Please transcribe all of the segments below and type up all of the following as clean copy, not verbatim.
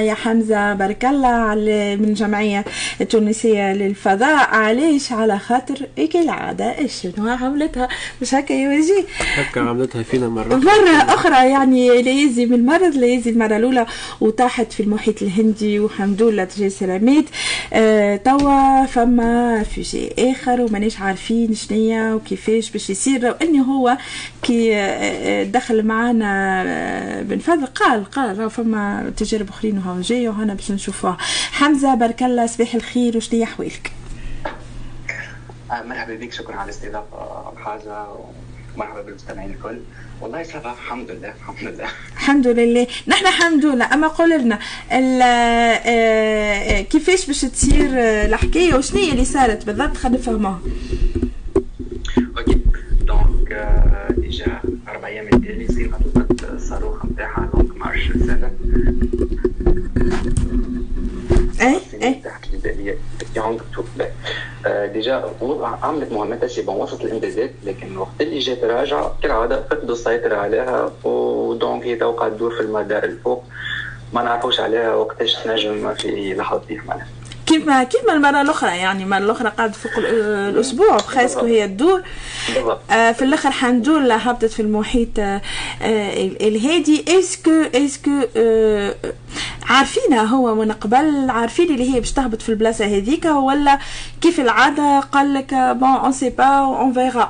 معايا حمزة بارك الله من الجمعية التونسية للفضاء. علاش؟ على خاطر كالعادة شنو عملتها مش هكا يا وجيه، هكا عملتها فينا مرة أخرى يعني لا يزي من المرض، لا يزي المرة الأولى وطاحت في المحيط الهندي والحمد لله تجي سلامات. توا فما فيجي آخر ومانيش عارفين شنيا وكيفاش باش يصير، وإني هو كي دخل معنا بن فضل قال فما تجارب أخرين وهو جاي وهنا باش نشوفوها. حمزة بارك الله، صباح الخير وشنيا أحوالك؟ مرحبا بك، شكرا على الاستضافة حاجة، ومرحبا بالمستمعين الكل. والله صافا الحمد لله الحمد لله نحن الحمد لله. اما قول لنا كيفاش باش تصير الحكايه وشنو هي اللي صارت بالضبط، خلينا نفهموها. اوكي دونك ديجا 4 ايام التالي يصير خطوط الصاروخ نتاعها دونك مارش 7 تحت الجبالية يونغ تو. ديجا عملت مهمتها سي بون، وصلت الامدادات، لكن وقت اللي جات راجعة كالعادة فقدوا السيطرة عليها، ودونك هي توقعت تدور في المدار الفوق، ما نعرفوش عليها وقتاش تنجم في لحظة فيه معناها كيف المرة الأخرى، يعني المرة الأخرى قعدت فوق الأسبوع بخاصة هي تدور في الآخر الحمد لله هبطت في المحيط الهادي. اسكو عارفينها هو من قبل، عارفين اللي هي باش تهبط في البلاصة هذيك، ولا كيف العادة قال لك بون اون سي با اون فيغا؟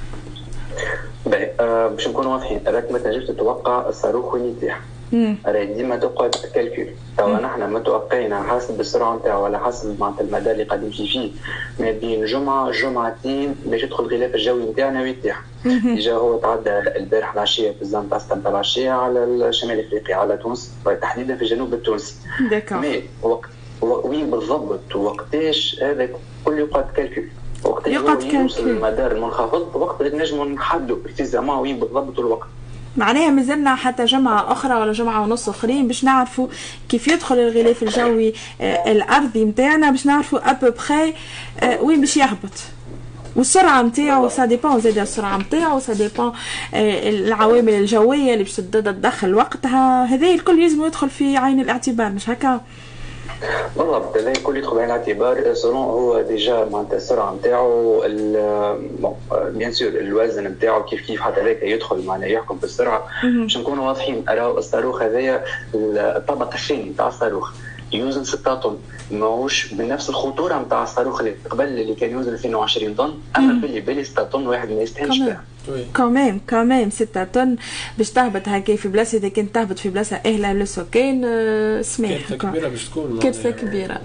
باش نكونوا واضحين، راك ما تنجمش تتوقع الصاروخ وين يطيح، راهي ديما تقعد كالكول. توا نحن متوقعين حسب السرعه نتاعو ولا حسب معناتها المدار اللي قاعد يمشي فيه ما بين جمعتين باش يدخل الغلاف الجوي نتاعنا ويطيح. ديجا هو تعدى البارح العشيه في الزون تاع ستة العشيه على شمال افريقيا، على تونس تحديدا في الجنوب التونسي. مي وقت وين بالضبط وقتاش هذا كل يقعد كالكول، وقت اللي يوصل المدار المنخفض وقت اللي نجموا نحدوا بريسيزامون وين بالضبط الوقت. معناها مازلنا حتى جمعة أخرى ولا جمعة ونص أخرين باش نعرفوا كيف يدخل الغلاف الجوي الأرضي متاعنا، باش نعرفوا أبو بخي وين باش يهبط، والسرعة متاعو سا ديبون، زاد السرعة متاعو سا ديبون، العوامل الجوية اللي باش تدخل وقتها، هذا الكل لازم يدخل في عين الاعتبار مش هكا؟ بالضبط، هذا الكل يدخل بعين الاعتبار. سولون هو ديجا معناتها السرعه نتاعو، بيان سور الوزن نتاعو كيف حتى هذاك يدخل معناها يحكم في السرعه. باش نكونوا واضحين، راهو الصاروخ هذايا الطبق الثاني نتاع الصاروخ يوزن 6 طن، ماهوش بنفس الخطوره نتاع الصاروخ اللي قبل اللي كان يوزن 22 طن. اما بالي 6 طن واحد ما يستاهلش بها كمان 6 طن باش تهبط هكا في بلاصه، اذا كنت تهبط في بلاصه اهلا للسكان سماح كارثه كبيره باش تكون كارثه كبيره.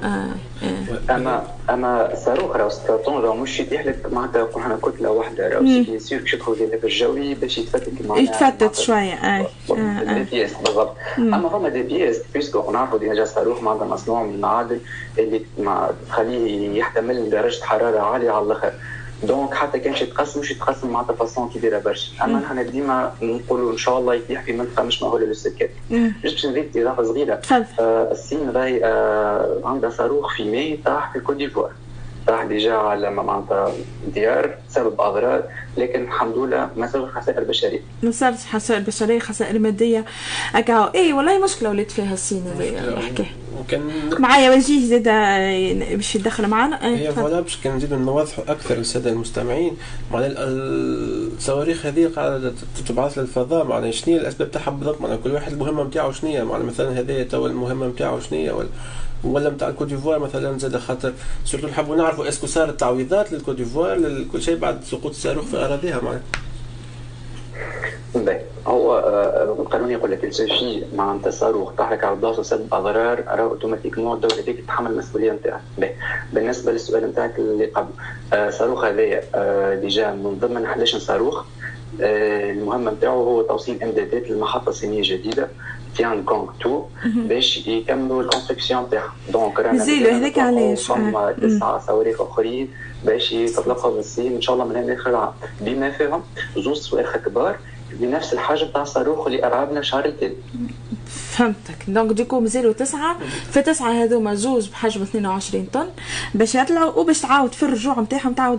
اما الصاروخ راهو 6 طن راهو مش يتيح لك معناتها حنا كتله واحده، راهو بيان سور باش يدخل في الجوي باش يتفتت معناها يتفتت شويه دي بياس بالضبط. اما فما دي بياس بيسكو نعرفوا ديجا الصاروخ معناتها مصنوع من المعادن اللي تخليه يحتمل درجه حراره عاليه على الاخر، دونك حتى كان مش يتقسم معناتها فاصون كبيره برشا. اما نحن ديما نقولوا ان شاء الله يطيح في منطقه مش مأهوله للسكان. باش نضيف اضافه صغيره، الصين راهي عندها صاروخ في ماي طاح في كوت ديفوار، طاح ديجا على معناتها ديار سبب اضرار، لكن الحمد لله ما صارش خسائر بشريه. ما صارش خسائر بشريه، خسائر ماديه هكا. اي والله مشكله ولات فيها الصين هذه الحكايه. وكان معايا وجيه زاد باش يدخل معنا. هي فوالا باش كان نزيدوا نوضحوا اكثر للساده المستمعين معناها الصواريخ هذه قاعده تبعث للفضاء، معناها شنو هي الاسباب تاعها بالضبط، معناها كل واحد المهمه نتاعو شنو هي، معناها مثلا هذايا توا المهمه نتاعو شنو هي، ولا نتاع الكوت ديفوار مثلا زاد خاطر سورتو نحبوا نعرفوا اسكو صارت تعويضات للكوت ديفوار لكل شيء بعد سقوط الصاروخ في اراضيها معناها. هو القانون يقول لك الشيء معناتها الصاروخ طاح لك على بلاصه سبب اضرار، راه اوتوماتيكمون الدوله هذيك تتحمل المسؤوليه نتاعها. بالنسبه للسؤال نتاعك اللي قبل، الصاروخ هذايا ديجا من ضمن 11 صاروخ المهمه نتاعو هو توصيل امدادات للمحطه الصينيه الجديده تيان كونغ 2 باش يكملوا الكونستركسيون نتاعها. دونك رانا هذاك علاش 9 صواريخ اخرين باش يتطلقوا من الصين ان شاء الله من اخر العام، بما فيهم زوج صواريخ كبار بنفس الحجم تاع الصاروخ اللي ارعبنا شهر التالي. فهمتك. دونك ديكو مازالوا 9 في 9 هذوما زوز بحجم 22 طن باش يطلعوا وباش تعاود في الرجوع نتاعهم تعاود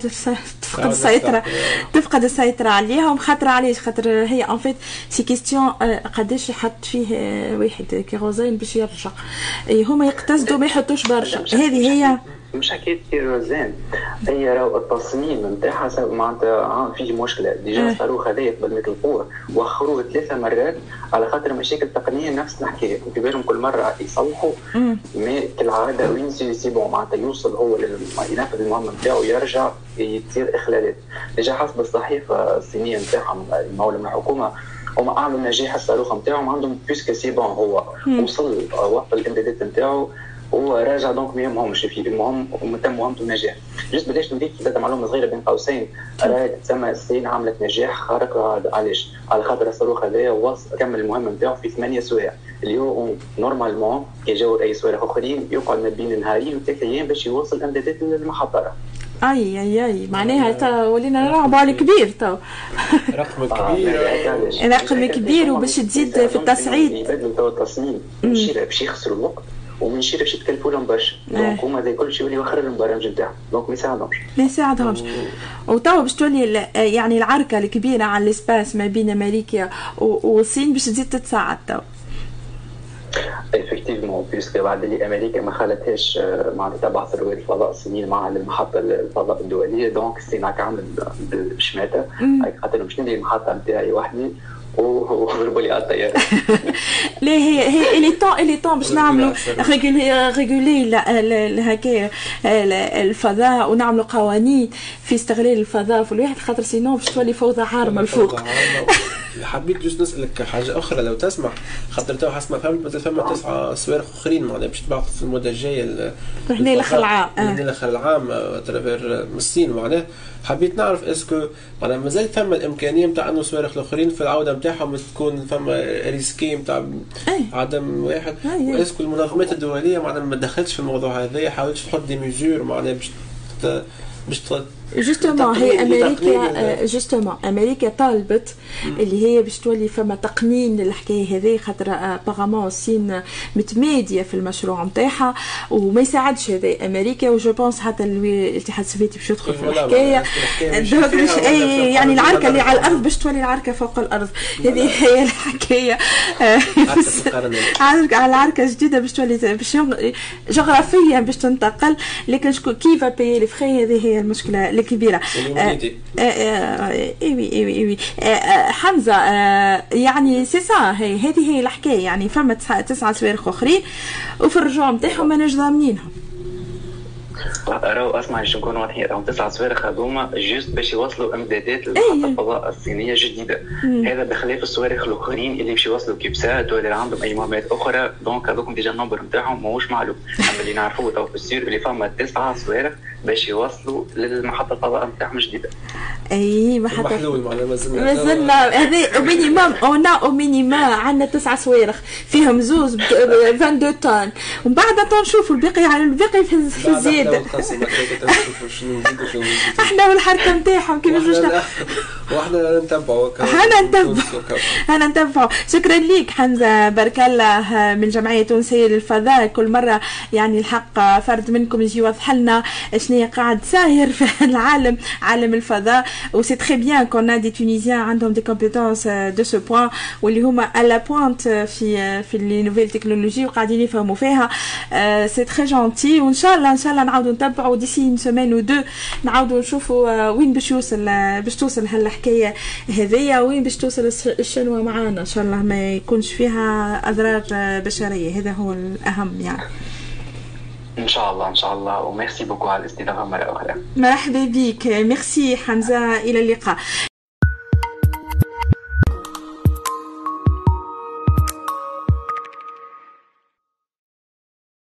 تفقد السيطره عليهم. خاطر علاش؟ خاطر هي ان فيت سي كيستيون قداش يحط فيه واحد كيروزين باش يرجع. هما يقتصدوا ما يحطوش برشا. هذه هي مش حكايه كيروزين، هي راهو التصميم نتاعها معناتها فيه مشكله. ديجا الصاروخ هذايا قبل ما يطلقوه وخروه 3 مرات على خاطر مشاكل تقنيه نفس الحكايه، في بالهم كل مره يصلحوا ما كالعاده وين سي بون معناتها يوصل هو ينفذ المهمه نتاعو يرجع يصير اخلالات. ديجا حسب الصحيفه الصينيه نتاعهم المولى من الحكومه هما اعلنوا نجاح الصاروخ نتاعهم، عندهم بيسك سي بون هو وصل وقت الامدادات نتاعو وراجع. دونك ما يهمهمش في المهم تم مهمته النجاح. جست بداش نضيف زاد معلومه صغيره بين قوسين، راهي تسمى الصين عملت نجاح خارق. علاش؟ على خاطر الصاروخ هذايا كمل المهمه نتاعو في 8 سوايع، اللي هو نورمالمون كي يجاو اي صواريخ اخرين يقعد ما بين نهارين و3 ايام باش يوصل امدادات للمحطه. اي معناها تا ولينا نلعبوا على كبير تو رقم كبير وباش تزيد في التصعيد يبدلوا تو التصميم باش يخسروا الوقت ومن شيء باش يتكلفوا لهم برشا. دونك هما هذا كل شيء يولي يوخر لهم البرامج نتاعهم، دونك ما يساعدهمش. وتوا باش تولي يعني العركه الكبيره على الاسباس ما بين امريكا والصين باش تزيد تتصاعد تو. افكتيفمون بيسك بعد اللي امريكا ما خلتهاش معناتها تبعث رواد الفضاء الصينيين معها للمحطه الفضاء الدوليه، دونك الصين عامل بالشماته خاطر مش ندير المحطه نتاعي وحدي وضربوا لي على الطياره. لا هي اللي طون باش نعملوا ريغولي هكايا الفضاء ونعملوا قوانين في استغلال الفضاء في الواحد، خاطر سينو باش تولي فوضى عارمه الفوق. حبيت جوست نسألك حاجة أخرى لو تسمح، خاطر تو حسب ما فهمت مازال فما 9 صواريخ أخرين معناها باش تبعث في المدة الجاية هنا آخر العام آخر العام ترافير من الصين. معناه حبيت نعرف اسكو معناها مازال فما الإمكانية نتاع أنه الصواريخ الآخرين في العودة نتاعهم تكون فما ريسكي نتاع عدم واحد، واسكو المنظمات الدولية معناها ما دخلتش في الموضوع هذا، حاولتش تحط دي ميزور معناها باش جوستومون هي امريكا طالبت اللي هي باش تولي فما تقنين للحكايه هذه، خاطر ابارامون الصين متماديه في المشروع نتاعها وما يساعدش هذا امريكا. وجو بونس حتى الاتحاد السوفيتي باش يدخل في الحكايه. دونك مش يعني العركه اللي على الارض باش تولي العركه فوق الارض. هذه هي الحكايه. على العركه جديده باش تولي باش جغرافيا باش تنتقل، لكن شكون كيف باي لي فري هذه هي المشكله كبيرة. ايوي حمزة يعني سي سا هذه هي الحكاية. يعني فما 9 صواريخ اخرين وفي الرجوع نتاعهم ماناش ضامنينهم. راهو اسمع باش نكون واضحين، راهو 9 صواريخ هذوما جوست باش يوصلوا امدادات للمحطه الفضاء الصينيه جديده. هذا بخلاف الصواريخ الاخرين اللي باش يوصلوا كيبسات ولا عندهم اي مهمات اخرى. دونك هذوكم ديجا النمبر نتاعهم ماهوش معلوم، اما اللي نعرفوه تو في السير اللي فما 9 صواريخ باش يوصلوا للمحطه الفضاء نتاعهم الجديده. اي محطه محلول معناها مازلنا هذا مينيموم او مينيما عندنا 9 صواريخ فيهم زوز 22 طن، ومن بعد نشوفوا الباقي على الباقي في الزياده. احنا والحركه نتاعهم كيفاش واحنا نتبعوا انا نتبعوا. شكرا ليك حمزه، بارك الله من الجمعيه التونسيه للفضاء. كل مره يعني الحق فرد منكم يجي يوضح لنا شنو قاعد ساير في العالم، عالم الفضاء. وسي تري بيان كون ا دي تونيزيان عندهم دي كومبيتونس دو سو بوين واللي هما على بوينت في لي نوفيل تكنولوجي وقاعدين يفهموا فيها. سي تري جونتي، وان شاء الله نعاودوا نتبعوا ديسي سيمين و دو نعاودوا نشوفوا وين باش توصل هالحكايه هذيا، وين باش توصل الشنوه معانا. ان شاء الله ما يكونش فيها اضرار بشريه، هذا هو الاهم يعني. ان شاء الله وميرسي بوكو على الاستضافه مره اخرى. مرحبا بك، ميرسي حمزه، الى اللقاء.